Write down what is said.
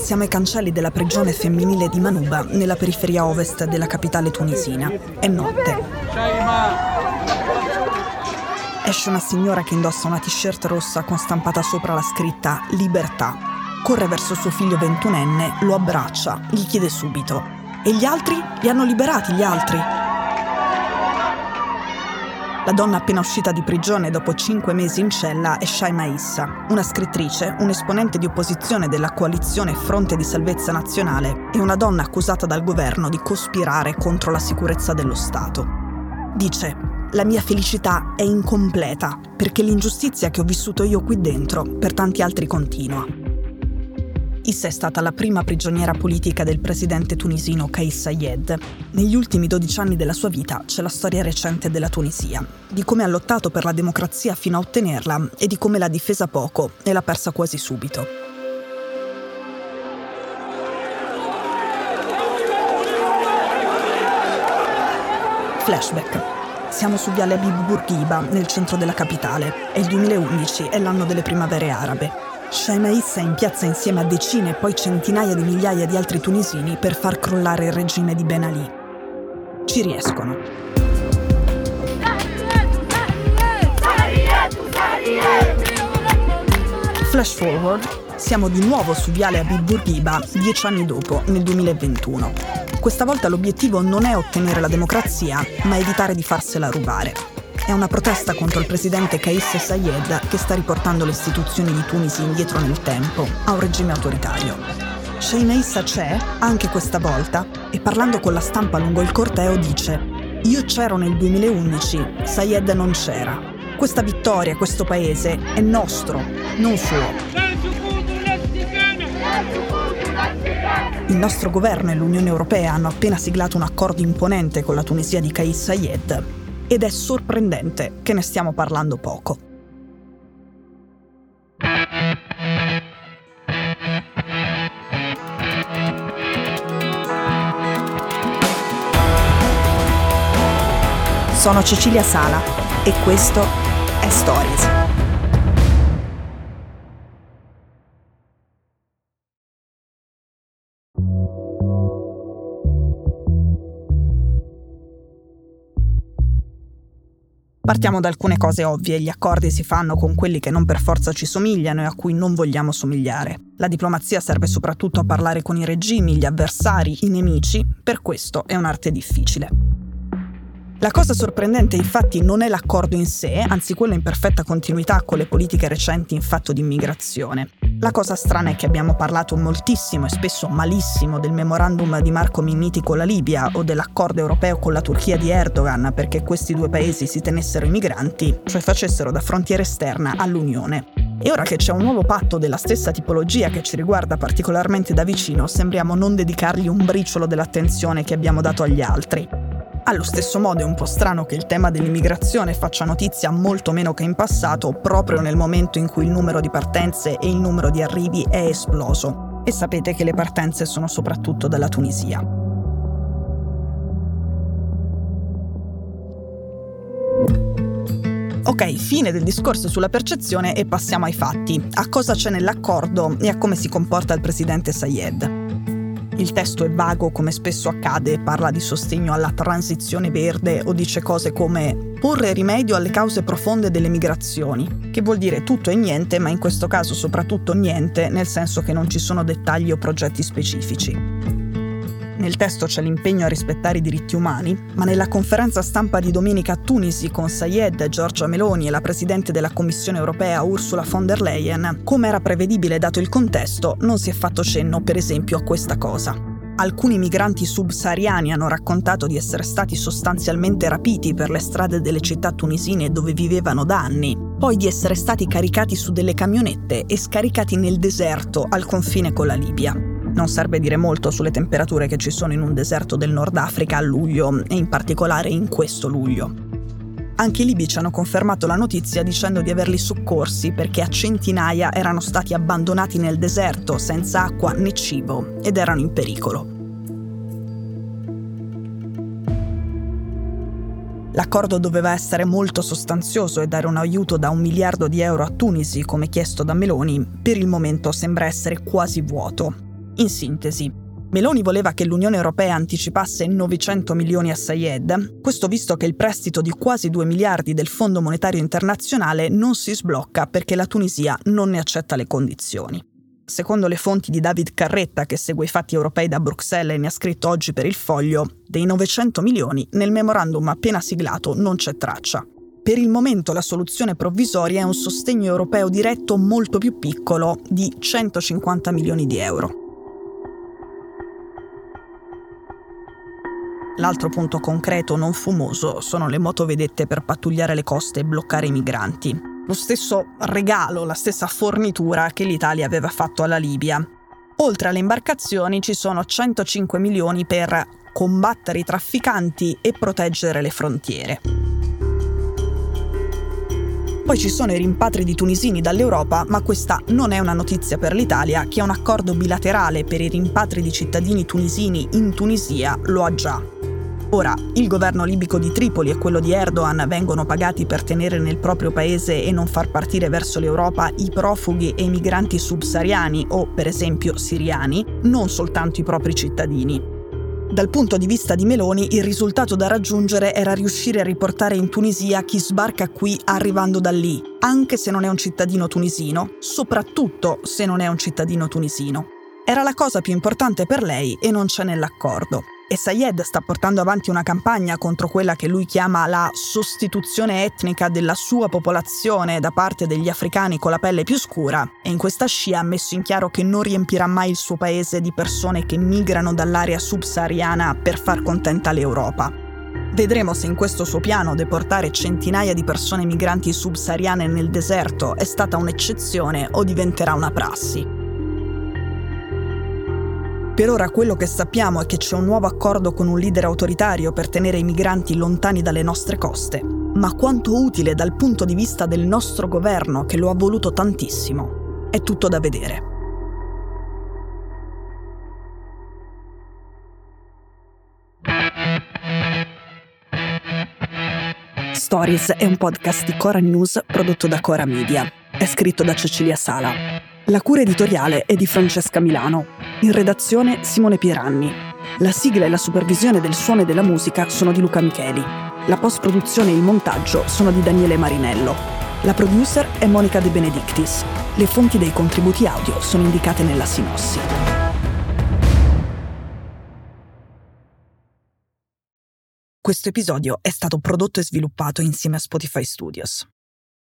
Siamo ai cancelli della prigione femminile di Manuba, nella periferia ovest della capitale tunisina. È notte. Esce una signora che indossa una t-shirt rossa con stampata sopra la scritta Libertà. Corre verso suo figlio 21enne, lo abbraccia, gli chiede subito: e gli altri? Li hanno liberati gli altri? La donna appena uscita di prigione dopo 5 mesi in cella è Shaima Issa, una scrittrice, un esponente di opposizione della coalizione Fronte di Salvezza Nazionale e una donna accusata dal governo di cospirare contro la sicurezza dello Stato. Dice: la mia felicità è incompleta perché l'ingiustizia che ho vissuto io qui dentro per tanti altri continua. Issa è stata la prima prigioniera politica del presidente tunisino Kais Saied. Negli ultimi 12 anni della sua vita c'è la storia recente della Tunisia, di come ha lottato per la democrazia fino a ottenerla e di come l'ha difesa poco e l'ha persa quasi subito. Flashback. Siamo su Viale Habib Bourguiba, nel centro della capitale. È il 2011, è l'anno delle primavere arabe. Shaima Issa è in piazza insieme a decine e poi centinaia di migliaia di altri tunisini per far crollare il regime di Ben Ali. Ci riescono. Flash forward, siamo di nuovo su Viale Habib Bourguiba 10 anni dopo, nel 2021. Questa volta l'obiettivo non è ottenere la democrazia, ma evitare di farsela rubare. È una protesta contro il presidente Kais Saied che sta riportando le istituzioni di Tunisi indietro nel tempo, a un regime autoritario. Shaima Issa c'è, anche questa volta, e parlando con la stampa lungo il corteo dice: io c'ero nel 2011, Saied non c'era. Questa vittoria, questo paese, è nostro, non suo. Il nostro governo e l'Unione Europea hanno appena siglato un accordo imponente con la Tunisia di Kais Saied ed è sorprendente che ne stiamo parlando poco. Sono Cecilia Sala e questo è Stories. Partiamo da alcune cose ovvie: gli accordi si fanno con quelli che non per forza ci somigliano e a cui non vogliamo somigliare. La diplomazia serve soprattutto a parlare con i regimi, gli avversari, i nemici, per questo è un'arte difficile. La cosa sorprendente infatti non è l'accordo in sé, anzi quello in perfetta continuità con le politiche recenti in fatto di immigrazione. La cosa strana è che abbiamo parlato moltissimo e spesso malissimo del memorandum di Marco Minniti con la Libia o dell'accordo europeo con la Turchia di Erdogan perché questi due paesi si tenessero i migranti, cioè facessero da frontiera esterna all'Unione. E ora che c'è un nuovo patto della stessa tipologia che ci riguarda particolarmente da vicino, sembriamo non dedicargli un briciolo dell'attenzione che abbiamo dato agli altri. Allo stesso modo è un po' strano che il tema dell'immigrazione faccia notizia molto meno che in passato, proprio nel momento in cui il numero di partenze e il numero di arrivi è esploso. E sapete che le partenze sono soprattutto dalla Tunisia. Ok, fine del discorso sulla percezione e passiamo ai fatti. A cosa c'è nell'accordo e a come si comporta il presidente Saied. Il testo è vago, come spesso accade, parla di sostegno alla transizione verde o dice cose come porre rimedio alle cause profonde delle migrazioni, che vuol dire tutto e niente, ma in questo caso soprattutto niente, nel senso che non ci sono dettagli o progetti specifici. Nel testo c'è l'impegno a rispettare i diritti umani, ma nella conferenza stampa di domenica a Tunisi con Saied, Giorgia Meloni e la presidente della Commissione europea Ursula von der Leyen, come era prevedibile dato il contesto, non si è fatto cenno per esempio a questa cosa. Alcuni migranti subsahariani hanno raccontato di essere stati sostanzialmente rapiti per le strade delle città tunisine dove vivevano da anni, poi di essere stati caricati su delle camionette e scaricati nel deserto al confine con la Libia. Non serve dire molto sulle temperature che ci sono in un deserto del Nord Africa a luglio, e in particolare in questo luglio. Anche i libi ci hanno confermato la notizia dicendo di averli soccorsi perché a centinaia erano stati abbandonati nel deserto senza acqua né cibo ed erano in pericolo. L'accordo doveva essere molto sostanzioso e dare un aiuto da 1 miliardo di euro a Tunisi, come chiesto da Meloni. Per il momento sembra essere quasi vuoto. In sintesi, Meloni voleva che l'Unione Europea anticipasse 900 milioni a Sayed, questo visto che il prestito di quasi 2 miliardi del Fondo Monetario Internazionale non si sblocca perché la Tunisia non ne accetta le condizioni. Secondo le fonti di David Carretta, che segue i fatti europei da Bruxelles e ne ha scritto oggi per Il Foglio, dei 900 milioni nel memorandum appena siglato non c'è traccia. Per il momento la soluzione provvisoria è un sostegno europeo diretto molto più piccolo di 150 milioni di euro. L'altro punto concreto non fumoso sono le motovedette per pattugliare le coste e bloccare i migranti. Lo stesso regalo, la stessa fornitura che l'Italia aveva fatto alla Libia. Oltre alle imbarcazioni ci sono 105 milioni per combattere i trafficanti e proteggere le frontiere. Poi ci sono i rimpatri di tunisini dall'Europa, ma questa non è una notizia per l'Italia, che un accordo bilaterale per i rimpatri di cittadini tunisini in Tunisia lo ha già. Ora, il governo libico di Tripoli e quello di Erdogan vengono pagati per tenere nel proprio paese e non far partire verso l'Europa i profughi e i migranti subsahariani o, per esempio, siriani, non soltanto i propri cittadini. Dal punto di vista di Meloni, il risultato da raggiungere era riuscire a riportare in Tunisia chi sbarca qui arrivando da lì, anche se non è un cittadino tunisino, soprattutto se non è un cittadino tunisino. Era la cosa più importante per lei e non c'è nell'accordo. E Sayed sta portando avanti una campagna contro quella che lui chiama la sostituzione etnica della sua popolazione da parte degli africani con la pelle più scura, e in questa scia ha messo in chiaro che non riempirà mai il suo paese di persone che migrano dall'area subsahariana per far contenta l'Europa. Vedremo se in questo suo piano deportare centinaia di persone migranti subsahariane nel deserto è stata un'eccezione o diventerà una prassi. Per ora quello che sappiamo è che c'è un nuovo accordo con un leader autoritario per tenere i migranti lontani dalle nostre coste. Ma quanto utile dal punto di vista del nostro governo, che lo ha voluto tantissimo? È tutto da vedere. Stories è un podcast di Cora News prodotto da Cora Media. È scritto da Cecilia Sala. La cura editoriale è di Francesca Milano. In redazione Simone Pieranni. La sigla e la supervisione del suono e della musica sono di Luca Micheli. La post-produzione e il montaggio sono di Daniele Marinello. La producer è Monica De Benedictis. Le fonti dei contributi audio sono indicate nella sinossi. Questo episodio è stato prodotto e sviluppato insieme a Spotify Studios.